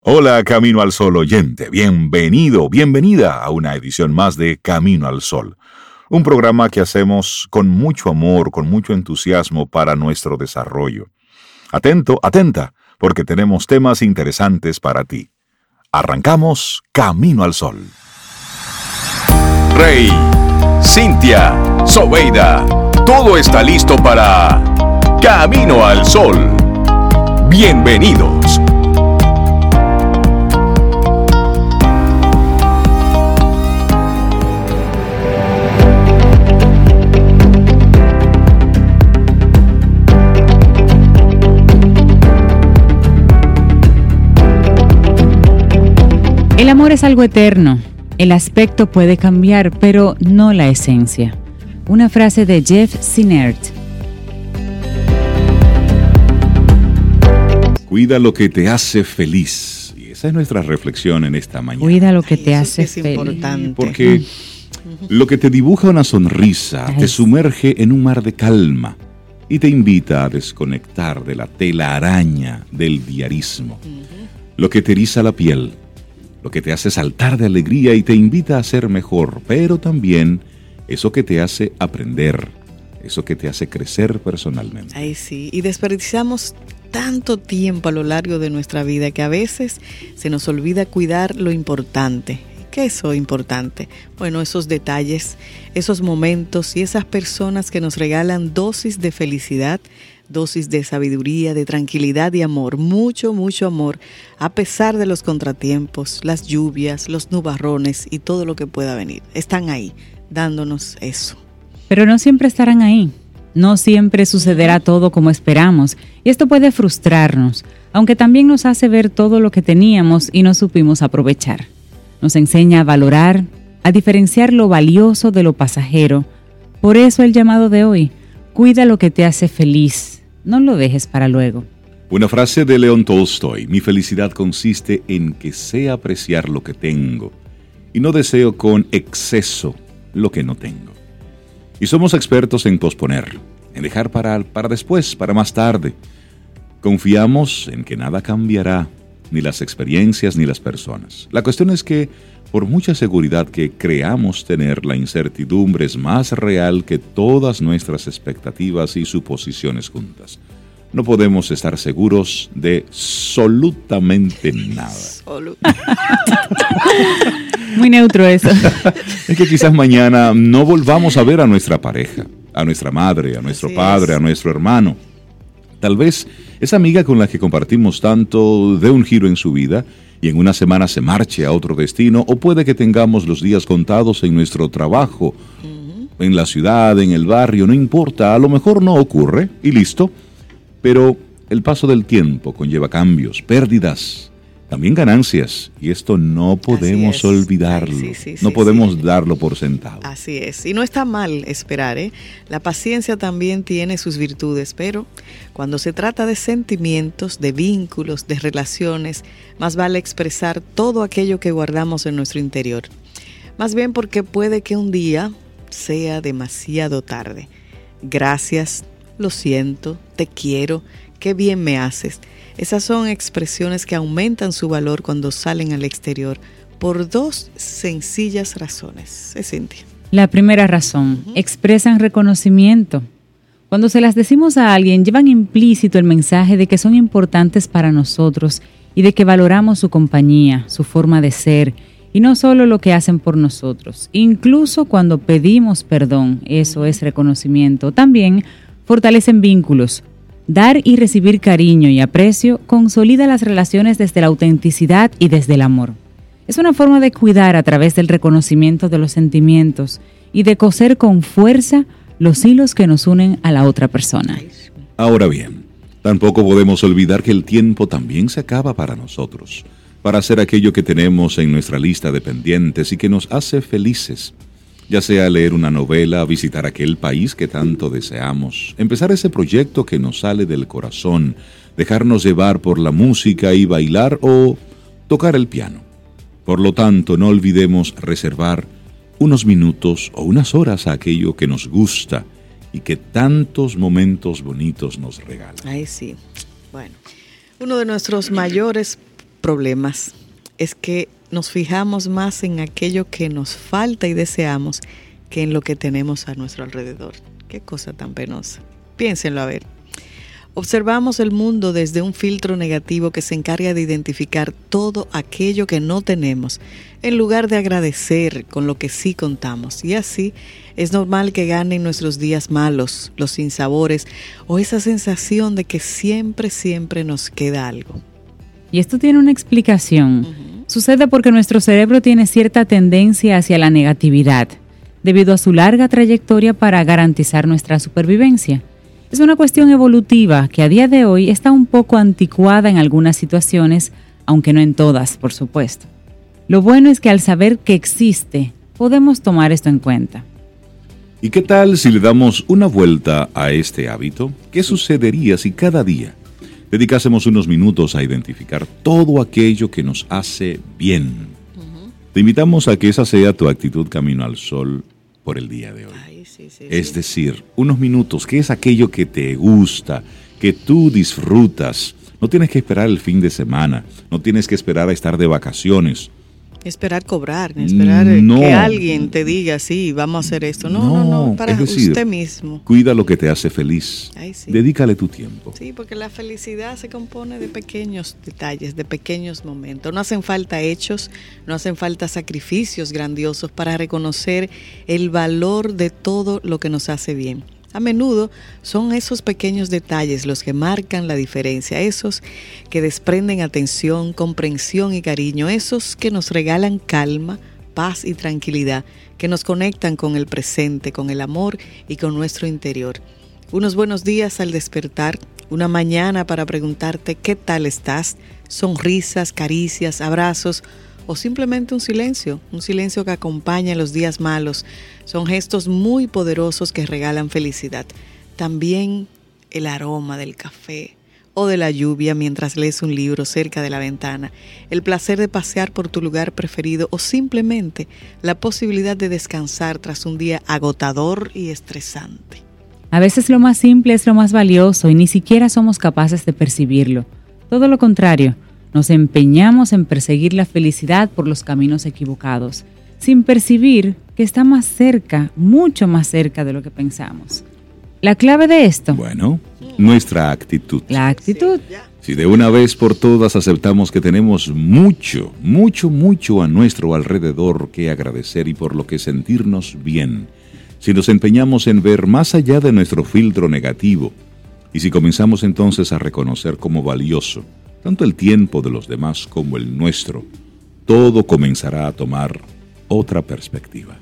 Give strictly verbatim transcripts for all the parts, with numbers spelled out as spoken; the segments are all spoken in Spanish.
Hola Camino al Sol oyente, bienvenido, bienvenida a una edición más de Camino al Sol, un programa que hacemos con mucho amor, con mucho entusiasmo para nuestro desarrollo. Atento, atenta, porque tenemos temas interesantes para ti. Arrancamos Camino al Sol. Rey, Cintia, Sobeida, todo está listo para Camino al Sol. Bienvenidos. El amor es algo eterno. El aspecto puede cambiar, pero no la esencia. Una frase de Jeff Sinnert. Cuida lo que te hace feliz. Y esa es nuestra reflexión en esta mañana. Cuida lo que te Ay, hace eso sí es feliz. importante. Porque lo que te dibuja una sonrisa Ay, te sí. sumerge en un mar de calma y te invita a desconectar de la telaraña del diarismo. Lo que te eriza la piel, lo que te hace saltar de alegría y te invita a ser mejor, pero también eso que te hace aprender, eso que te hace crecer personalmente. Ay, sí. Y desperdiciamos tanto tiempo a lo largo de nuestra vida que a veces se nos olvida cuidar lo importante. ¿Qué es eso importante? Bueno, esos detalles, esos momentos y esas personas que nos regalan dosis de felicidad, dosis de sabiduría, de tranquilidad y amor, mucho, mucho amor, a pesar de los contratiempos, las lluvias, los nubarrones y todo lo que pueda venir. Están ahí, dándonos eso. Pero no siempre estarán ahí. No siempre sucederá todo como esperamos. Y esto puede frustrarnos, aunque también nos hace ver todo lo que teníamos y no supimos aprovechar. Nos enseña a valorar, a diferenciar lo valioso de lo pasajero. Por eso el llamado de hoy, cuida lo que te hace feliz. No lo dejes para luego. Una frase de León Tolstoy: mi felicidad consiste en que sé apreciar lo que tengo y no deseo con exceso lo que no tengo. Y somos expertos en posponer, en dejar para, para después, para más tarde. Confiamos en que nada cambiará, ni las experiencias ni las personas. La cuestión es que, por mucha seguridad que creamos tener, la incertidumbre es más real que todas nuestras expectativas y suposiciones juntas. No podemos estar seguros de absolutamente nada. Solo. Muy neutro eso. Es que quizás mañana no volvamos a ver a nuestra pareja, a nuestra madre, a nuestro Así padre, es. a nuestro hermano. Tal vez esa amiga con la que compartimos tanto dé un giro en su vida y en una semana se marche a otro destino, o puede que tengamos los días contados en nuestro trabajo, uh-huh. en la ciudad, en el barrio, no importa, a lo mejor no ocurre y listo, pero el paso del tiempo conlleva cambios, pérdidas, también ganancias, y esto no podemos olvidarlo, Ay, sí, sí, no sí, podemos sí. darlo por sentado. Así es, y no está mal esperar, ¿eh? La paciencia también tiene sus virtudes, pero cuando se trata de sentimientos, de vínculos, de relaciones, más vale expresar todo aquello que guardamos en nuestro interior. Más bien porque puede que un día sea demasiado tarde. Gracias, lo siento, te quiero, qué bien me haces. Esas son expresiones que aumentan su valor cuando salen al exterior por dos sencillas razones. ¿Es Cintia? La primera razón, uh-huh. expresan reconocimiento. Cuando se las decimos a alguien, llevan implícito el mensaje de que son importantes para nosotros y de que valoramos su compañía, su forma de ser, y no solo lo que hacen por nosotros. Incluso cuando pedimos perdón, eso es reconocimiento. También fortalecen vínculos. Dar y recibir cariño y aprecio consolida las relaciones desde la autenticidad y desde el amor. Es una forma de cuidar a través del reconocimiento de los sentimientos y de coser con fuerza los hilos que nos unen a la otra persona. Ahora bien, tampoco podemos olvidar que el tiempo también se acaba para nosotros, para hacer aquello que tenemos en nuestra lista de pendientes y que nos hace felices. Ya sea leer una novela, visitar aquel país que tanto deseamos, empezar ese proyecto que nos sale del corazón, dejarnos llevar por la música y bailar o tocar el piano. Por lo tanto, no olvidemos reservar unos minutos o unas horas a aquello que nos gusta y que tantos momentos bonitos nos regala. Ay, sí. Bueno, uno de nuestros mayores problemas es que nos fijamos más en aquello que nos falta y deseamos que en lo que tenemos a nuestro alrededor. Qué cosa tan penosa. Piénsenlo a ver. Observamos el mundo desde un filtro negativo que se encarga de identificar todo aquello que no tenemos, en lugar de agradecer con lo que sí contamos. Y así es normal que ganen nuestros días malos, los sinsabores o esa sensación de que siempre, siempre nos queda algo. Y esto tiene una explicación. Uh-huh. Sucede porque nuestro cerebro tiene cierta tendencia hacia la negatividad, debido a su larga trayectoria para garantizar nuestra supervivencia. Es una cuestión evolutiva que a día de hoy está un poco anticuada en algunas situaciones, aunque no en todas, por supuesto. Lo bueno es que al saber que existe, podemos tomar esto en cuenta. ¿Y qué tal si le damos una vuelta a este hábito? ¿Qué sucedería si cada día dedicásemos unos minutos a identificar todo aquello que nos hace bien? Uh-huh. Te invitamos a que esa sea tu actitud camino al sol por el día de hoy. Ay, sí, sí, es sí. decir, unos minutos, ¿qué es aquello que te gusta, que tú disfrutas? No tienes que esperar el fin de semana, no tienes que esperar a estar de vacaciones. Esperar cobrar, esperar no, que alguien te diga, sí, vamos a hacer esto. No, no, no, no para es decir, usted mismo. Cuida lo que te hace feliz. Ay, sí. Dedícale tu tiempo. Sí, porque la felicidad se compone de pequeños detalles, de pequeños momentos. No hacen falta hechos, no hacen falta sacrificios grandiosos para reconocer el valor de todo lo que nos hace bien. A menudo son esos pequeños detalles los que marcan la diferencia, esos que desprenden atención, comprensión y cariño, esos que nos regalan calma, paz y tranquilidad, que nos conectan con el presente, con el amor y con nuestro interior. Unos buenos días al despertar, una mañana para preguntarte qué tal estás, sonrisas, caricias, abrazos, o simplemente un silencio, un silencio que acompaña los días malos. Son gestos muy poderosos que regalan felicidad. También el aroma del café o de la lluvia mientras lees un libro cerca de la ventana, el placer de pasear por tu lugar preferido o simplemente la posibilidad de descansar tras un día agotador y estresante. A veces lo más simple es lo más valioso y ni siquiera somos capaces de percibirlo. Todo lo contrario, nos empeñamos en perseguir la felicidad por los caminos equivocados, sin percibir que está más cerca, mucho más cerca de lo que pensamos. ¿La clave de esto? Bueno, nuestra actitud. La actitud. Si de una vez por todas aceptamos que tenemos mucho, mucho, mucho a nuestro alrededor que agradecer y por lo que sentirnos bien, si nos empeñamos en ver más allá de nuestro filtro negativo, y si comenzamos entonces a reconocer como valioso tanto el tiempo de los demás como el nuestro, todo comenzará a tomar otra perspectiva.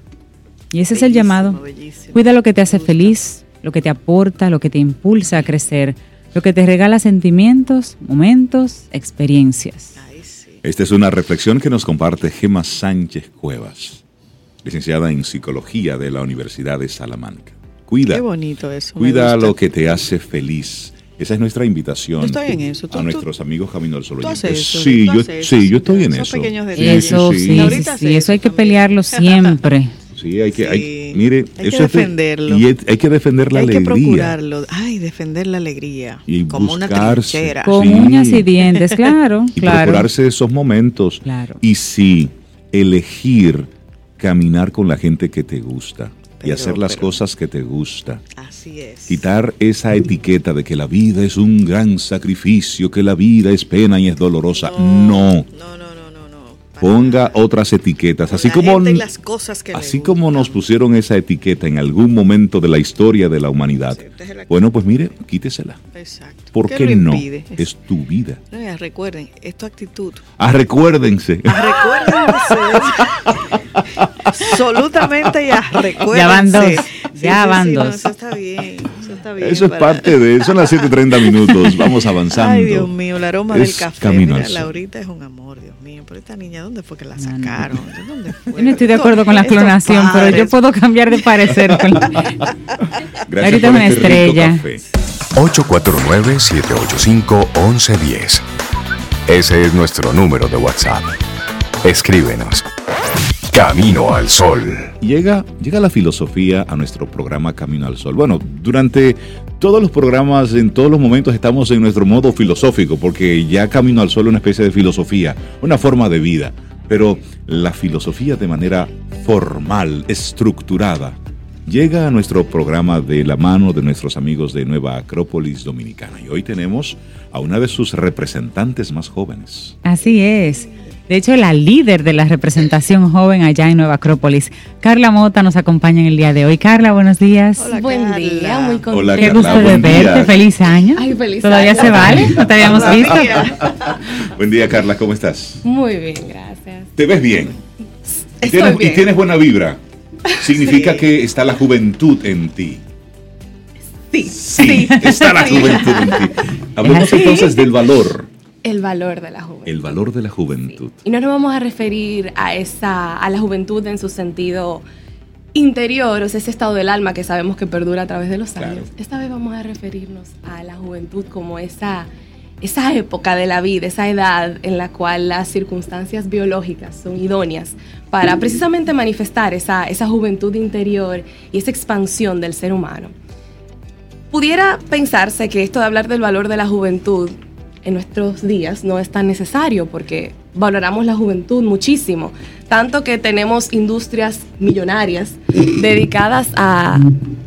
Y ese bellísimo, es el llamado. Bellísimo. Cuida lo que te hace feliz, lo que te aporta, lo que te impulsa a crecer, lo que te regala sentimientos, momentos, experiencias. Ay, sí. Esta es una reflexión que nos comparte Gemma Sánchez Cuevas, licenciada en Psicología de la Universidad de Salamanca. Cuida, Qué bonito eso, cuida lo que te hace feliz. Esa es nuestra invitación. Yo estoy en eso. ¿Tú, a tú, nuestros amigos Camino al Sol oyentes. Eso, sí, yo, eso, sí, yo estoy en eso. Eso, sí, sí, sí, sí, eso hay que pelearlo siempre. Sí, hay que, sí. hay, mire, hay eso que defenderlo. Es de, y hay que defender la hay alegría. Hay que procurarlo. Ay, defender la alegría. Y como buscarse, una trinchera. Con sí. uñas y dientes, claro. Y claro. procurarse esos momentos. Claro. Y sí, elegir caminar con la gente que te gusta. Pero, y hacer las pero, cosas que te gusta. Así es. Quitar esa etiqueta de que la vida es un gran sacrificio, que la vida es pena y es dolorosa. No. No, no, no, no. no. Ponga nada. Otras etiquetas. Así como, las cosas que así como nos pusieron esa etiqueta en algún momento de la historia de la humanidad. Sí, bueno, pues mire, quítesela. Exacto. ¿Por qué, qué no? Es, es tu vida. No, ya, recuerden, es tu actitud. Ah, recuérdense. Ah, recuérdense. Absolutamente ya, recuérdense. Ya van dos. Sí, ya sí, van sí, dos. No, eso está bien. Eso, está bien eso es para... parte de. Son las siete y treinta minutos. Vamos avanzando. Ay, Dios mío, el aroma es del café. Camino Mira, al Laurita es un amor, Dios mío. Pero esta niña, ¿dónde fue que la sacaron? ¿De dónde fue? Yo no estoy de acuerdo con la clonación, pero yo puedo cambiar de parecer. Con la... Laurita es una este estrella. ocho cuatro nueve, siete ocho cinco, once diez. Ese es nuestro número de WhatsApp. Escríbenos. Camino al Sol. Llega, llega la filosofía a nuestro programa Camino al Sol. Bueno, durante todos los programas, en todos los momentos estamos en nuestro modo filosófico, porque ya Camino al Sol es una especie de filosofía, una forma de vida. Pero la filosofía de manera formal, estructurada, llega a nuestro programa de la mano de nuestros amigos de Nueva Acrópolis Dominicana. Y hoy tenemos a una de sus representantes más jóvenes. Así es. De hecho, la líder de la representación joven allá en Nueva Acrópolis, Carla Mota, nos acompaña en el día de hoy. Carla, buenos días. Hola, buen Carla. día, muy contenta. Hola, Qué Carla, gusto de buen verte, día. feliz año. Ay, feliz ¿Todavía año. se vale? ¿No te habíamos visto? Buen día, Carla, ¿cómo estás? Muy bien, gracias. ¿Te ves bien? ¿Y Estoy tienes, bien. y tienes buena vibra? Significa Sí. que está la juventud en ti. Sí, Sí, está la juventud en ti. Hablemos así? entonces del valor, El valor de la juventud. el valor de la juventud. Y no nos vamos a referir a esa, a la juventud en su sentido interior, o sea, ese estado del alma que sabemos que perdura a través de los años. Claro. Esta vez vamos a referirnos a la juventud como esa, esa época de la vida, esa edad en la cual las circunstancias biológicas son idóneas para precisamente manifestar esa, esa juventud interior y esa expansión del ser humano. Pudiera pensarse que esto de hablar del valor de la juventud en nuestros días no es tan necesario porque valoramos la juventud muchísimo, tanto que tenemos industrias millonarias dedicadas a,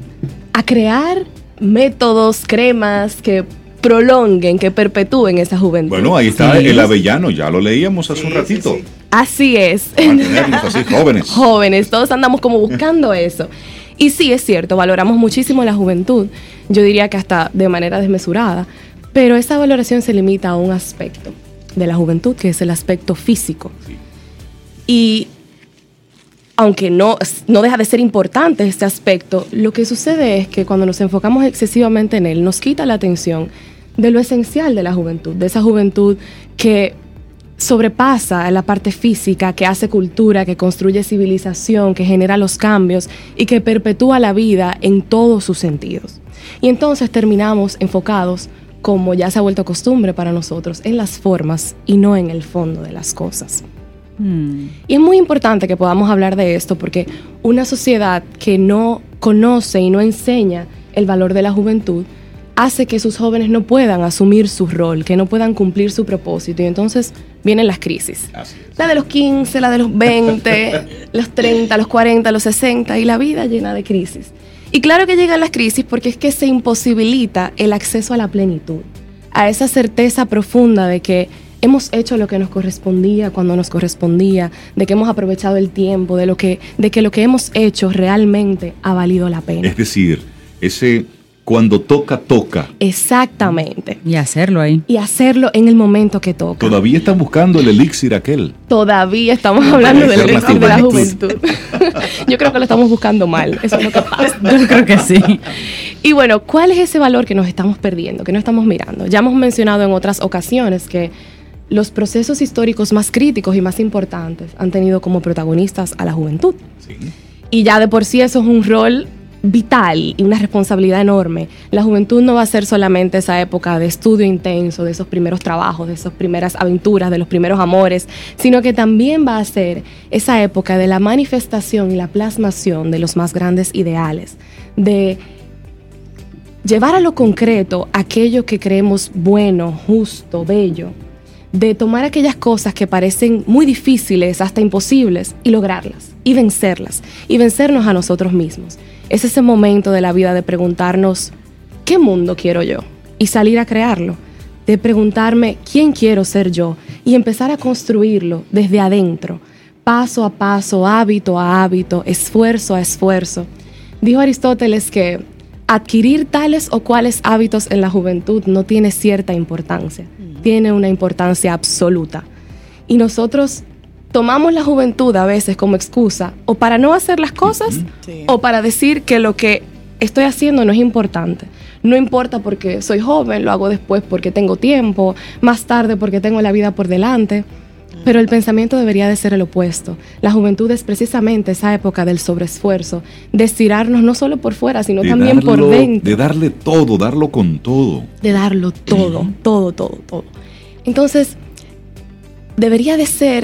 a crear métodos, cremas que prolonguen, que perpetúen esa juventud. Bueno, ahí está Sí. el avellano, ya lo leíamos hace un Sí, ratito. sí, sí. Así es. Mantenernos así jóvenes. Jóvenes, todos andamos como buscando eso. Y sí, es cierto, valoramos muchísimo la juventud, yo diría que hasta de manera desmesurada, pero esa valoración se limita a un aspecto de la juventud, que es el aspecto físico. Sí. Y aunque no, no deja de ser importante este aspecto, lo que sucede es que cuando nos enfocamos excesivamente en él, nos quita la atención de lo esencial de la juventud, de esa juventud que sobrepasa la parte física, que hace cultura, que construye civilización, que genera los cambios y que perpetúa la vida en todos sus sentidos. Y entonces terminamos enfocados, como ya se ha vuelto costumbre para nosotros, en las formas y no en el fondo de las cosas. Hmm. Y es muy importante que podamos hablar de esto porque una sociedad que no conoce y no enseña el valor de la juventud hace que sus jóvenes no puedan asumir su rol, que no puedan cumplir su propósito y entonces vienen las crisis. Así es. La de los quince, la de los veinte, los treinta, los cuarenta, los sesenta y la vida llena de crisis. Y claro que llegan las crisis porque es que se imposibilita el acceso a la plenitud, a esa certeza profunda de que hemos hecho lo que nos correspondía cuando nos correspondía, de que hemos aprovechado el tiempo, de, lo que, de que lo que hemos hecho realmente ha valido la pena. Es decir, ese cuando toca, toca. Exactamente. Y hacerlo ahí. Y hacerlo en el momento que toca. Todavía están buscando el elixir aquel. Todavía estamos hablando del Eterna elixir de la juventud. juventud. Yo creo que lo estamos buscando mal. Eso es lo que pasa. Yo creo que sí. Y bueno, ¿cuál es ese valor que nos estamos perdiendo, que no estamos mirando? Ya hemos mencionado en otras ocasiones que los procesos históricos más críticos y más importantes han tenido como protagonistas a la juventud. Sí. Y ya de por sí eso es un rol vital y una responsabilidad enorme. La juventud no va a ser solamente esa época de estudio intenso, de esos primeros trabajos, de esas primeras aventuras, de los primeros amores, sino que también va a ser esa época de la manifestación y la plasmación de los más grandes ideales, de llevar a lo concreto aquello que creemos bueno, justo, bello, de tomar aquellas cosas que parecen muy difíciles, hasta imposibles, y lograrlas, y vencerlas, y vencernos a nosotros mismos. Es ese momento de la vida de preguntarnos, ¿qué mundo quiero yo? Y salir a crearlo, de preguntarme, ¿quién quiero ser yo? Y empezar a construirlo desde adentro, paso a paso, hábito a hábito, esfuerzo a esfuerzo. Dijo Aristóteles que adquirir tales o cuales hábitos en la juventud no tiene cierta importancia, tiene una importancia absoluta. Y nosotros tomamos la juventud a veces como excusa o para no hacer las cosas Sí. o para decir que lo que estoy haciendo no es importante. No importa porque soy joven, lo hago después porque tengo tiempo, más tarde porque tengo la vida por delante. Pero el pensamiento debería de ser el opuesto. La juventud es precisamente esa época del sobreesfuerzo, de estirarnos no solo por fuera, sino De también darlo- por dentro. De darle todo, darlo con todo. De darlo todo, todo, todo, todo. Entonces, debería de ser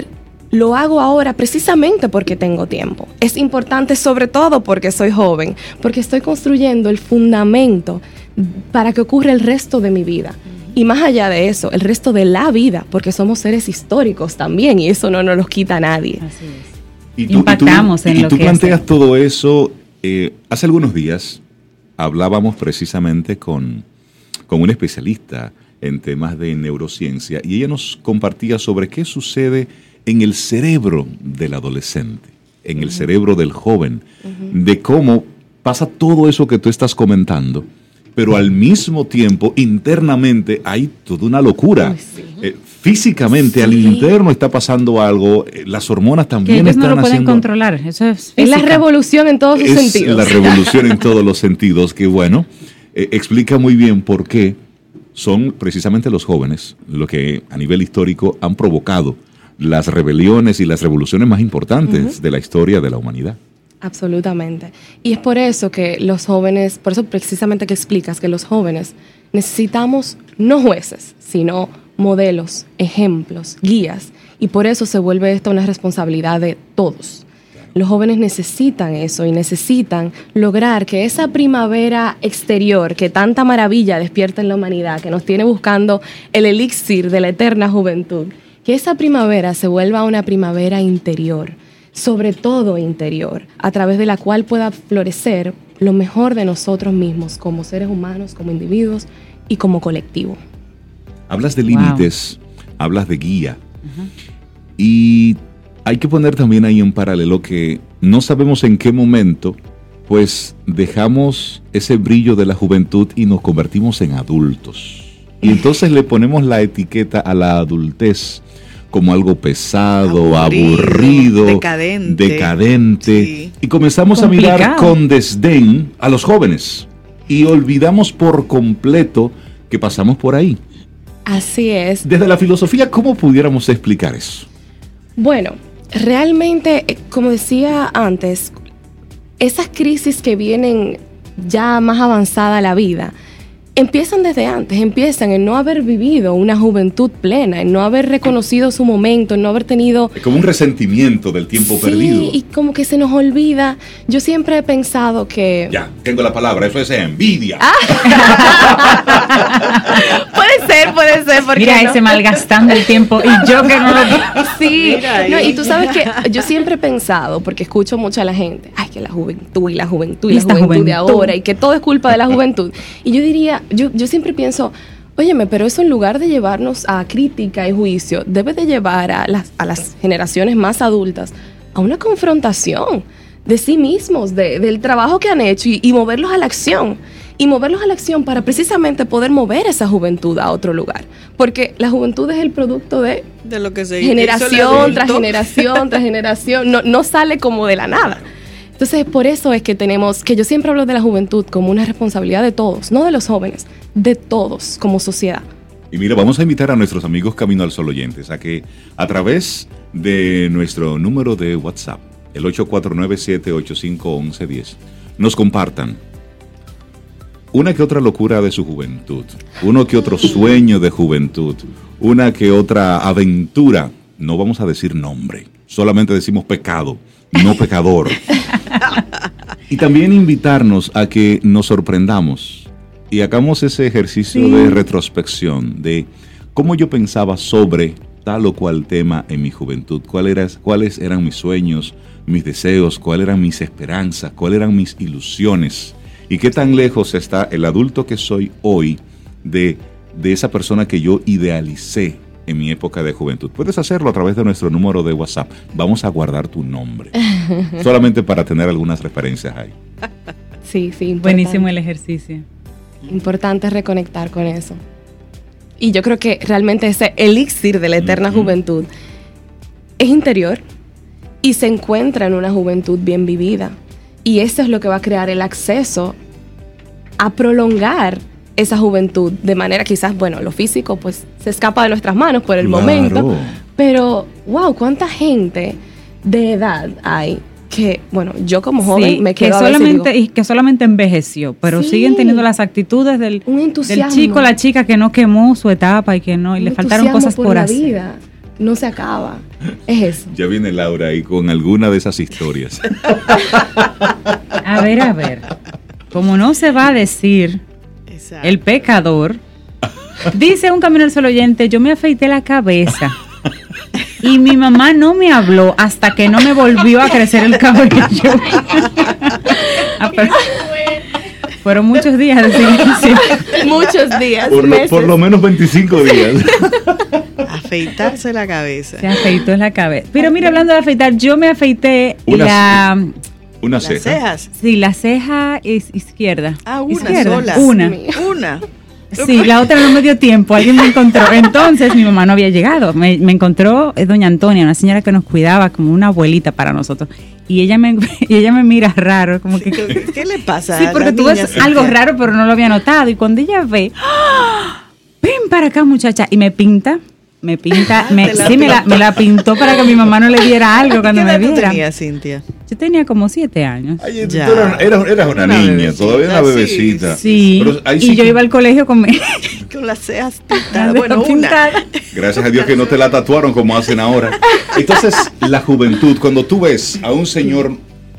lo hago ahora precisamente porque tengo tiempo. Es importante sobre todo porque soy joven, porque estoy construyendo el fundamento para que ocurra el resto de mi vida. Y más allá de eso, el resto de la vida, porque somos seres históricos también y eso no nos lo quita nadie. Así es. Y tú, Impactamos y tú, en y lo tú que planteas hacemos. todo eso. Eh, hace algunos días hablábamos precisamente con, con una especialista en temas de neurociencia y ella nos compartía sobre qué sucede en el cerebro del adolescente, en el uh-huh. cerebro del joven, uh-huh. de cómo pasa todo eso que tú estás comentando, pero al mismo tiempo, internamente, hay toda una locura. Uy, sí. eh, físicamente, sí. al interno está pasando algo, eh, las hormonas también que ellos están no lo pueden haciendo, controlar, eso es física. Es la revolución en todos sus es sentidos. la revolución en todos los sentidos, que bueno, eh, explica muy bien por qué son precisamente los jóvenes lo que a nivel histórico han provocado las rebeliones y las revoluciones más importantes uh-huh. de la historia de la humanidad. Absolutamente. Y es por eso que los jóvenes, por eso precisamente que explicas que los jóvenes necesitamos no jueces, sino modelos, ejemplos, guías. Y por eso se vuelve esto una responsabilidad de todos. Los jóvenes necesitan eso y necesitan lograr que esa primavera exterior que tanta maravilla despierta en la humanidad, que nos tiene buscando el elixir de la eterna juventud, que esa primavera se vuelva una primavera interior, sobre todo interior, a través de la cual pueda florecer lo mejor de nosotros mismos como seres humanos, como individuos y como colectivo. Hablas de límites, wow. hablas de guía uh-huh. y hay que poner también ahí en paralelo que no sabemos en qué momento pues dejamos ese brillo de la juventud y nos convertimos en adultos. Y entonces le ponemos la etiqueta a la adultez como algo pesado, aburrido, aburrido decadente, decadente sí. y comenzamos Complicado. a mirar con desdén a los jóvenes y olvidamos por completo que pasamos por ahí. Así es. Desde la filosofía, ¿cómo pudiéramos explicar eso? Bueno, realmente, como decía antes, esas crisis que vienen ya más avanzada la vida, empiezan desde antes, empiezan en no haber vivido una juventud plena, en no haber reconocido su momento, en no haber tenido... Es como un resentimiento del tiempo sí, perdido. Sí, y como que se nos olvida. Yo siempre he pensado que... Ya, tengo la palabra, eso es envidia. Ah. puede ser, puede ser. ¿Por Mira, no? ese malgastando el tiempo y yo que no lo... Sí, no, y tú sabes que yo siempre he pensado, porque escucho mucho a la gente, ay, que la juventud y la juventud y la juventud, juventud de ahora y que todo es culpa de la juventud. Y yo diría... Yo, yo siempre pienso, óyeme, pero eso en lugar de llevarnos a crítica y juicio, debe de llevar a las, a las generaciones más adultas a una confrontación de sí mismos, de, del trabajo que han hecho y, y moverlos a la acción. Y moverlos a la acción para precisamente poder mover esa juventud a otro lugar. Porque la juventud es el producto de, de lo que se generación tras generación tras generación. No, no sale como de la nada. Entonces, por eso es que tenemos, que yo siempre hablo de la juventud como una responsabilidad de todos, no de los jóvenes, de todos como sociedad. Y mira, vamos a invitar a nuestros amigos Camino al Sol oyentes a que a través de nuestro número de WhatsApp, el ocho cuatro nueve, siete ocho cinco, uno uno uno cero, nos compartan una que otra locura de su juventud, uno que otro sueño de juventud, una que otra aventura. No vamos a decir nombre, solamente decimos pecado, no pecador. Y también invitarnos a que nos sorprendamos y hagamos ese ejercicio sí. de retrospección de cómo yo pensaba sobre tal o cual tema en mi juventud, cuál era, cuáles eran mis sueños, mis deseos, cuáles eran mis esperanzas, cuáles eran mis ilusiones y qué tan lejos está el adulto que soy hoy de, de esa persona que yo idealicé en mi época de juventud. Puedes hacerlo a través de nuestro número de WhatsApp. Vamos a guardar tu nombre, solamente para tener algunas referencias ahí. Sí, sí, importante. Buenísimo el ejercicio. Importante reconectar con eso. Y yo creo que realmente ese elixir de la eterna uh-huh. juventud es interior y se encuentra en una juventud bien vivida. Y eso es lo que va a crear el acceso a prolongar esa juventud de manera quizás, bueno, lo físico pues se escapa de nuestras manos por el claro. momento, pero wow, cuánta gente de edad hay que, bueno, yo como joven sí, me quedo que a solamente digo, y que solamente envejeció, pero sí, siguen teniendo las actitudes del, del chico, la chica que no quemó su etapa y que no y le faltaron cosas por, por la hacer. Vida. no se acaba. Es eso. Ya viene Laura ahí con alguna de esas historias. A ver, a ver. Como no se va a decir Exacto. el pecador, dice un camino al sol oyente, yo me afeité la cabeza y mi mamá no me habló hasta que no me volvió a crecer el cabello. Ah, pero fueron muchos días de silencio. Muchos días, Por lo, meses. por lo menos veinticinco días. Afeitarse la cabeza. Se afeitó en la cabeza. Pero mira, hablando de afeitar, yo me afeité Una la... Una Las ceja. cejas. Sí, la ceja es izquierda. Ah, una Izquierda. sola. Una. Una. Sí, la otra no me dio tiempo, alguien me encontró. Entonces mi mamá no había llegado. Me, me encontró eh, doña Antonia, una señora que nos cuidaba como una abuelita para nosotros. Y ella me, y ella me mira raro, como que... ¿Qué, qué le pasa? Sí, a porque la tú niña, ves Cintia? algo raro, pero no lo había notado. Y cuando ella ve, ¡ah! Ven para acá, muchacha. Y me pinta, me pinta, Ah, me, te la sí, me la, pintó. me la pintó para que mi mamá no le diera algo cuando ¿Qué me edad tú viera. tenías, Cintia? Yo tenía como siete años. Ay, tú Ya. eras, eras- eras una, Una niña, bebecita, todavía una sí, bebecita. Sí, Pero ahí y sí yo que- iba al colegio con mi... Con las cejas pintadas. Bueno, una. pintada. Gracias a Dios que no te la tatuaron como hacen ahora. Entonces, la juventud, cuando tú ves a un señor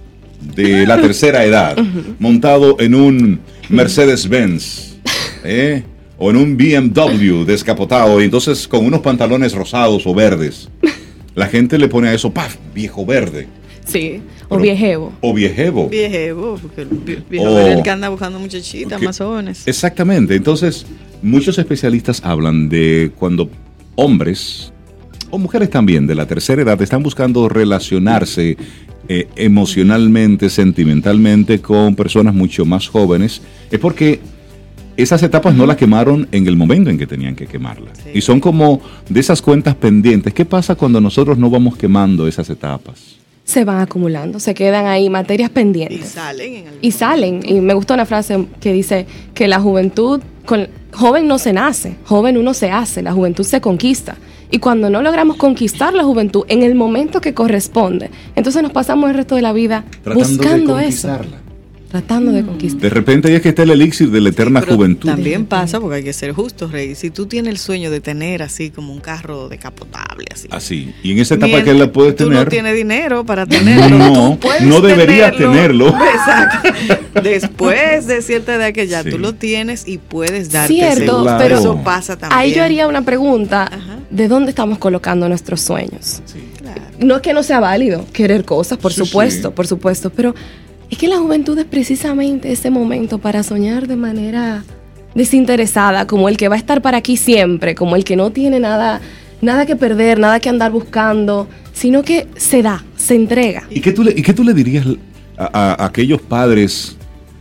de la tercera edad montado en un Mercedes-Benz, ¿eh? o en un B M W descapotado, y entonces con unos pantalones rosados o verdes, la gente le pone a eso, ¡paf! Viejo verde. Sí, o Pero- viejevo. O viejevo. Viejevo, porque el vie- viejo Oh. era el que anda buscando muchachitas, Que- más jóvenes. Exactamente. Entonces, muchos especialistas hablan de cuando hombres o mujeres también de la tercera edad están buscando relacionarse eh, emocionalmente, sentimentalmente con personas mucho más jóvenes, es porque esas etapas no las quemaron en el momento en que tenían que quemarlas. Sí. Y son como de esas cuentas pendientes. ¿Qué pasa cuando nosotros no vamos quemando esas etapas? Se van acumulando, se quedan ahí materias Y pendientes. salen en algún Y salen. Y me gusta una frase que dice que la juventud, con, joven no se nace, joven uno se hace, la juventud se conquista. Y cuando no logramos conquistar la juventud en el momento que corresponde, entonces nos pasamos el resto de la vida Tratando buscando de eso, conquistarla. tratando de conquistar. De repente ahí es que está el elixir de la eterna Pero juventud. También pasa, porque hay que ser justos, Rey. Si tú tienes el sueño de tener así como un carro decapotable, así. Así. Y en esa etapa Mientras que él la puede tú tener. no tienes dinero para tenerlo. No, tú puedes no debería tenerlo. Exacto. Después de cierta edad que ya Sí. tú lo tienes y puedes darte Cierto, ese- pero eso pasa también. ahí yo haría una pregunta, Ajá. ¿de dónde estamos colocando nuestros sueños? Claro. No es que no sea válido querer cosas, por Sí, supuesto, sí. por supuesto, pero es que la juventud es precisamente ese momento para soñar de manera desinteresada, como el que va a estar para aquí siempre, como el que no tiene nada, nada que perder, nada que andar buscando, sino que se da, se entrega. ¿Y qué tú le, y qué tú le dirías a, a- a aquellos padres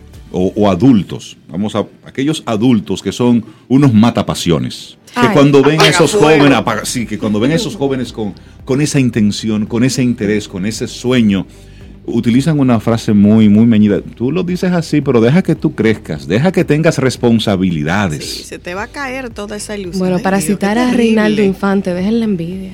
o, o adultos? Vamos a aquellos adultos que son unos matapasiones. Que Ay, cuando ven a apaga esos fuego. jóvenes, apaga- sí, que cuando ven a esos jóvenes con, con esa intención, con ese interés, con ese sueño, utilizan una frase muy, muy meñida. Tú lo dices así, pero deja que tú crezcas, deja que tengas responsabilidades. Sí, se te va a caer toda esa ilusión. Bueno, Ay, para Dios, qué citar a terrible. Reinaldo Infante, dejen la envidia.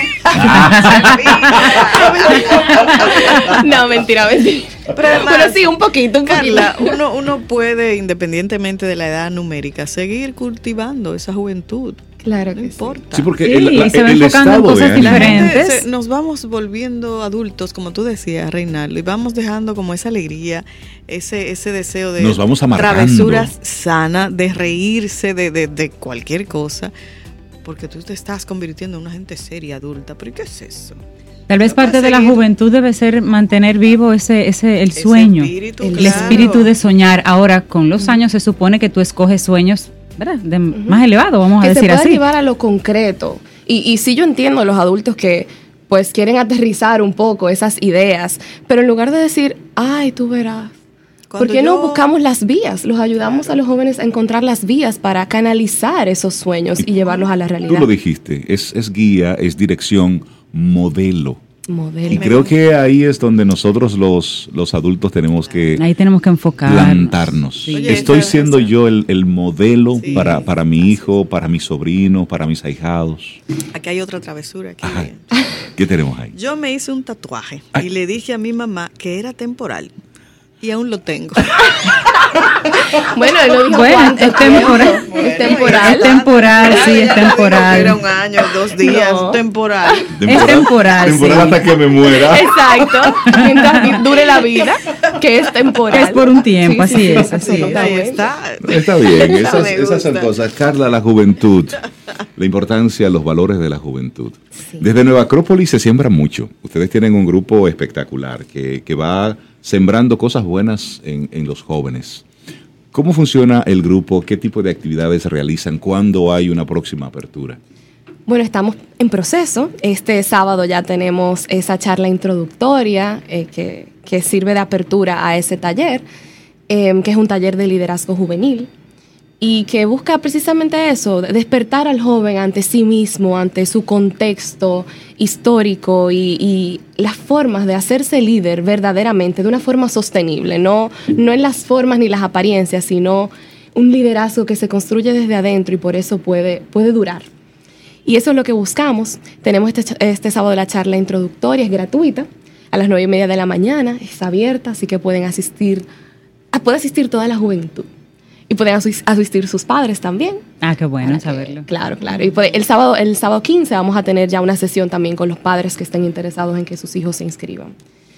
No, mentira, mentira. Pero además, Pero sí, un poquito, un poquito. Carla, uno, uno puede, independientemente de la edad numérica, seguir cultivando esa juventud. Claro No que sí. importa. Sí, porque Sí, el, la- y se va el enfocando en estado de cosas ánimo- La gente diferentes. se- nos vamos volviendo adultos, como tú decías, Reinaldo, y vamos dejando como esa alegría, ese, ese deseo de Nos vamos amargando. travesuras sanas, de reírse de, de, de cualquier cosa, porque tú te estás convirtiendo en una gente seria, adulta. ¿Pero qué es eso? Tal vez No puede parte de la seguir. juventud debe ser mantener vivo ese, ese el Ese sueño, espíritu, el claro. espíritu de soñar. Ahora, con los años se supone que tú escoges sueños, ¿verdad? De más elevado, vamos a que se decir pueda así. llevar a lo concreto. Y, y sí yo entiendo a los adultos que pues quieren aterrizar un poco esas ideas, pero en lugar de decir, ay, tú verás, ¿por Cuando qué no yo- buscamos las vías? Los ayudamos a los jóvenes a encontrar las vías para canalizar esos sueños y llevarlos a la Tú realidad. lo dijiste, es, es guía, es dirección, modelo. Modelo. Y creo que ahí es donde nosotros los, los adultos tenemos que Ahí tenemos que enfocarnos. plantarnos. Sí. Oye, Estoy esa- siendo esa- yo el, el modelo Sí. para, para mi hijo, para mi sobrino, para mis ahijados. Aquí hay otra travesura. Aquí. Ajá. ¿Qué tenemos ahí? Yo me hice un tatuaje Ay. y le dije a mi mamá que era temporal y aún lo tengo. Bueno, él no dijo Bueno, cuánto es temporal. tiempo. Bueno, Es temporal. Es temporal, sí, es temporal. Era un año, dos días, No. temporal. Es temporal, Temporal sí. hasta que me muera. Exacto, mientras dure la vida, que es temporal. Que es por un tiempo, Sí, así sí, es, sí, así es. Ahí absolutamente. está. Está bien, Me esas, esas son gusta. cosas. Carla, la juventud, la importancia, los valores de la juventud. Desde Nueva Acrópolis se siembra mucho. Ustedes tienen un grupo espectacular que, que va sembrando cosas buenas en, en los jóvenes. ¿Cómo funciona el grupo? ¿Qué tipo de actividades realizan? ¿Cuándo hay una próxima apertura? Bueno, estamos en proceso. Este sábado ya tenemos esa charla introductoria eh, que, que sirve de apertura a ese taller, eh, que es un taller de liderazgo juvenil y que busca precisamente eso, despertar al joven ante sí mismo, ante su contexto histórico y, y las formas de hacerse líder verdaderamente de una forma sostenible, no, no en las formas ni las apariencias, sino un liderazgo que se construye desde adentro y por eso puede, puede durar. Y eso es lo que buscamos. Tenemos este, este sábado la charla introductoria, es gratuita, a las nueve y media de la mañana, es abierta, así que pueden asistir, puede asistir toda la juventud. Y pueden asis- asistir sus padres también. Ah, qué bueno Para que- saberlo. Claro, claro. Y puede- el sábado, el sábado quince vamos a tener ya una sesión también con los padres que estén interesados en que sus hijos se inscriban.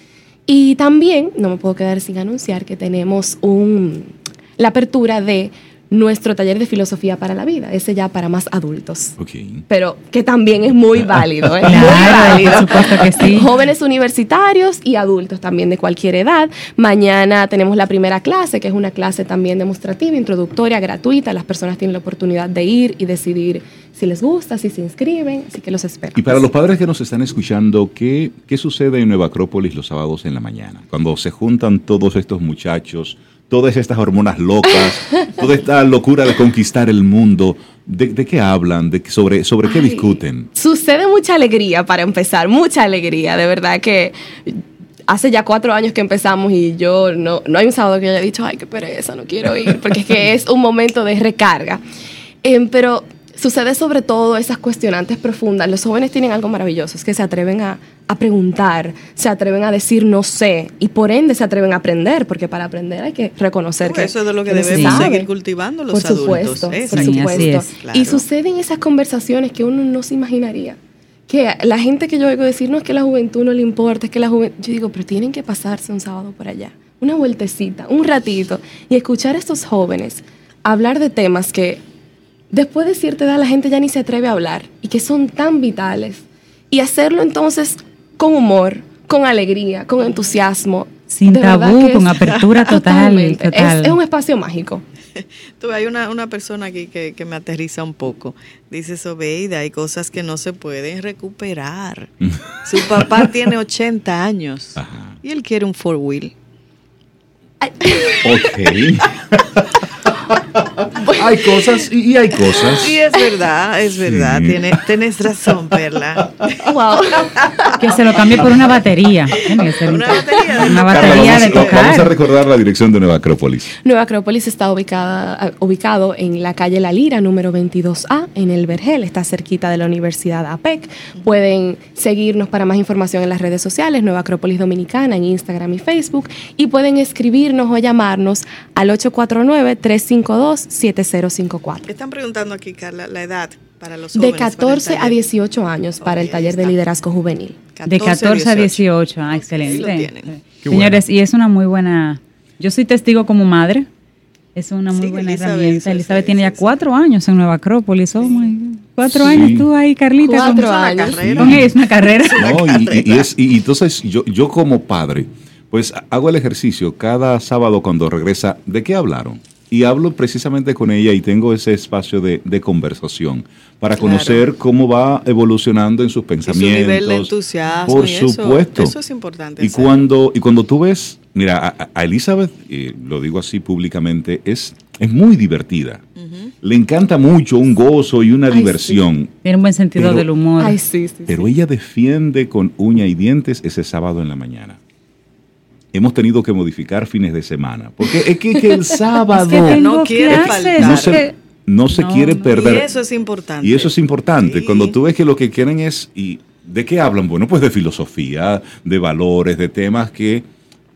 Y también, no me puedo quedar sin anunciar que tenemos un, la apertura de nuestro taller de filosofía para la vida, ese ya para más adultos. Ok. Pero que también es muy válido, es muy Claro, válido. por supuesto que sí. Jóvenes universitarios y adultos también de cualquier edad. Mañana tenemos la primera clase, que es una clase también demostrativa, introductoria, gratuita. Las personas tienen la oportunidad de ir y decidir si les gusta, si se inscriben, así que los espero. Y para los padres que nos están escuchando, ¿qué, qué sucede en Nueva Acrópolis los sábados en la mañana? Cuando se juntan todos estos muchachos, todas estas hormonas locas, toda esta locura de conquistar el mundo, ¿de, de qué hablan? ¿De, sobre, ¿Sobre qué Ay, discuten? Sucede mucha alegría para empezar, mucha alegría, de verdad que hace ya cuatro años que empezamos y yo no, no hay un sábado que yo haya dicho, ay, qué pereza, no quiero ir, porque es que es un momento de recarga. Em, pero sucede sobre todo esas cuestionantes profundas. Los jóvenes tienen algo maravilloso, es que se atreven a, a preguntar, se atreven a decir no sé y por ende se atreven a aprender, porque para aprender hay que reconocer que Eso es de lo que no se debemos sabe. seguir cultivando los Por adultos. supuesto, ¿eh? por Sí, así supuesto. es. Claro. Y suceden esas conversaciones que uno no se imaginaría. Que la gente que yo oigo decir, no es que la juventud no le importa, es que la juventud... Yo digo, pero tienen que pasarse un sábado por allá, una vueltecita, un ratito, y escuchar a estos jóvenes hablar de temas que después de cierta edad la gente ya ni se atreve a hablar y que son tan vitales. Y hacerlo entonces con humor, con alegría, con entusiasmo. Sin De verdad tabú, que con es- apertura total, Totalmente. total. Es, es un espacio mágico. Tú, hay una, una persona aquí que, que me aterriza un poco. Dice Sobeida, hay cosas que no se pueden recuperar. Su papá tiene ochenta años Ajá. y él quiere un four wheel. Ok. Hay cosas y, y hay cosas. Sí, es verdad, es verdad. Sí. Tiene, tienes razón, Perla. Wow. Que se lo cambie por una batería. Tiene que ser Una batería de una tocar. Carla, batería vamos, de tocar. vamos a recordar la dirección de Nueva Acrópolis. Nueva Acrópolis está ubicada, ubicado en la calle La Lira, número veintidós A, en el Vergel. Está cerquita de la Universidad A P E C. Pueden seguirnos para más información en las redes sociales, Nueva Acrópolis Dominicana, en Instagram y Facebook. Y pueden escribirnos o llamarnos al ocho cuatro nueve, tres cinco dos, siete cero cinco cuatro. Están preguntando aquí, Carla, la edad para los De jóvenes. para el catorce a taller. dieciocho años para Ok, el taller ahí de está. liderazgo juvenil. De catorce a dieciocho. Ah, Ok, excelente. ahí lo tienen. Qué Señores, y es una muy buena... Yo soy testigo como madre. Es una muy Sí, buena Elizabeth, herramienta. sí, Elizabeth sí, tiene sí, ya sí. cuatro años en Nueva Acrópolis. Oh my God. Cuatro Sí. años tú ahí, Carlita. Cuatro con, años. carrera. Con ella es una carrera. No, y, y- y es, y entonces yo, yo como padre, pues hago el ejercicio cada sábado cuando regresa, ¿de qué hablaron? Y hablo precisamente con ella y tengo ese espacio de, de conversación para Claro. conocer cómo va evolucionando en sus Y su pensamientos. nivel de entusiasmo. Por y eso- supuesto. Eso, es importante. Y hacerlo. cuando, y cuando tú ves, mira, a, a Elizabeth, y lo digo así públicamente, es, es muy divertida. Ujú. Le encanta mucho un gozo y una Ay, diversión. Tiene un buen sentido Pero- del humor. Ay, sí, sí, sí. Pero ella defiende con uña y dientes ese sábado en la mañana. Hemos tenido que modificar fines de semana. Porque es que, que el sábado Es que tengo No quiere clases, faltar. no es se, que- no se No, quiere no. perder. Y eso es importante. Y eso es importante. Sí. Cuando tú ves que lo que quieren es... ¿Y de qué hablan? Bueno, pues de filosofía, de valores, de temas que...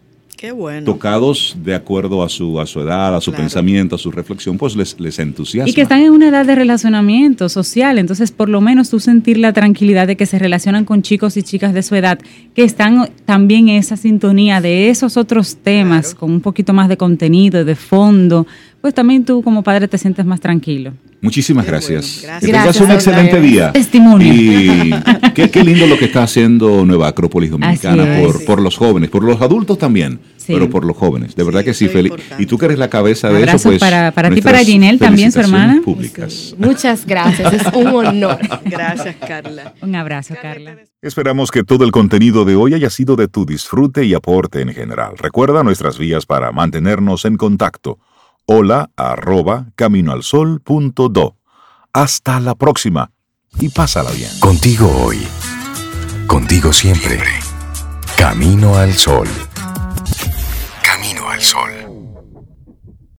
Qué bueno. tocados de acuerdo a su, a su edad, a su Claro. pensamiento, a su reflexión, pues les, les entusiasma. Y que están en una edad de relacionamiento social, entonces por lo menos tú sentir la tranquilidad de que se relacionan con chicos y chicas de su edad, que están también en esa sintonía de esos otros temas, Claro. con un poquito más de contenido, de fondo, pues también tú como padre te sientes más tranquilo. Muchísimas Qué gracias. bueno, gracias. Que tengas Gracias un a excelente ustedes. día. Testimonio. Y qué, qué lindo lo que está haciendo Nueva Acrópolis Dominicana Así es. por, Sí. por los jóvenes, por los adultos también, Sí. pero por los jóvenes. De verdad Sí, que sí, eso es Feli. importante. Y tú que eres la cabeza de Abrazos eso, pues. para- para ti, nuestras para Ginelle también, su felicitaciones hermana. públicas. Muchas gracias, es un honor. Gracias, Carla. Un abrazo, Carla. Esperamos que todo el contenido de hoy haya sido de tu disfrute y aporte en general. Recuerda nuestras vías para mantenernos en contacto. Hola arroba caminoalsol punto do. Hasta la próxima y pásala bien. Contigo hoy. Contigo siempre. Camino al sol. Camino al sol.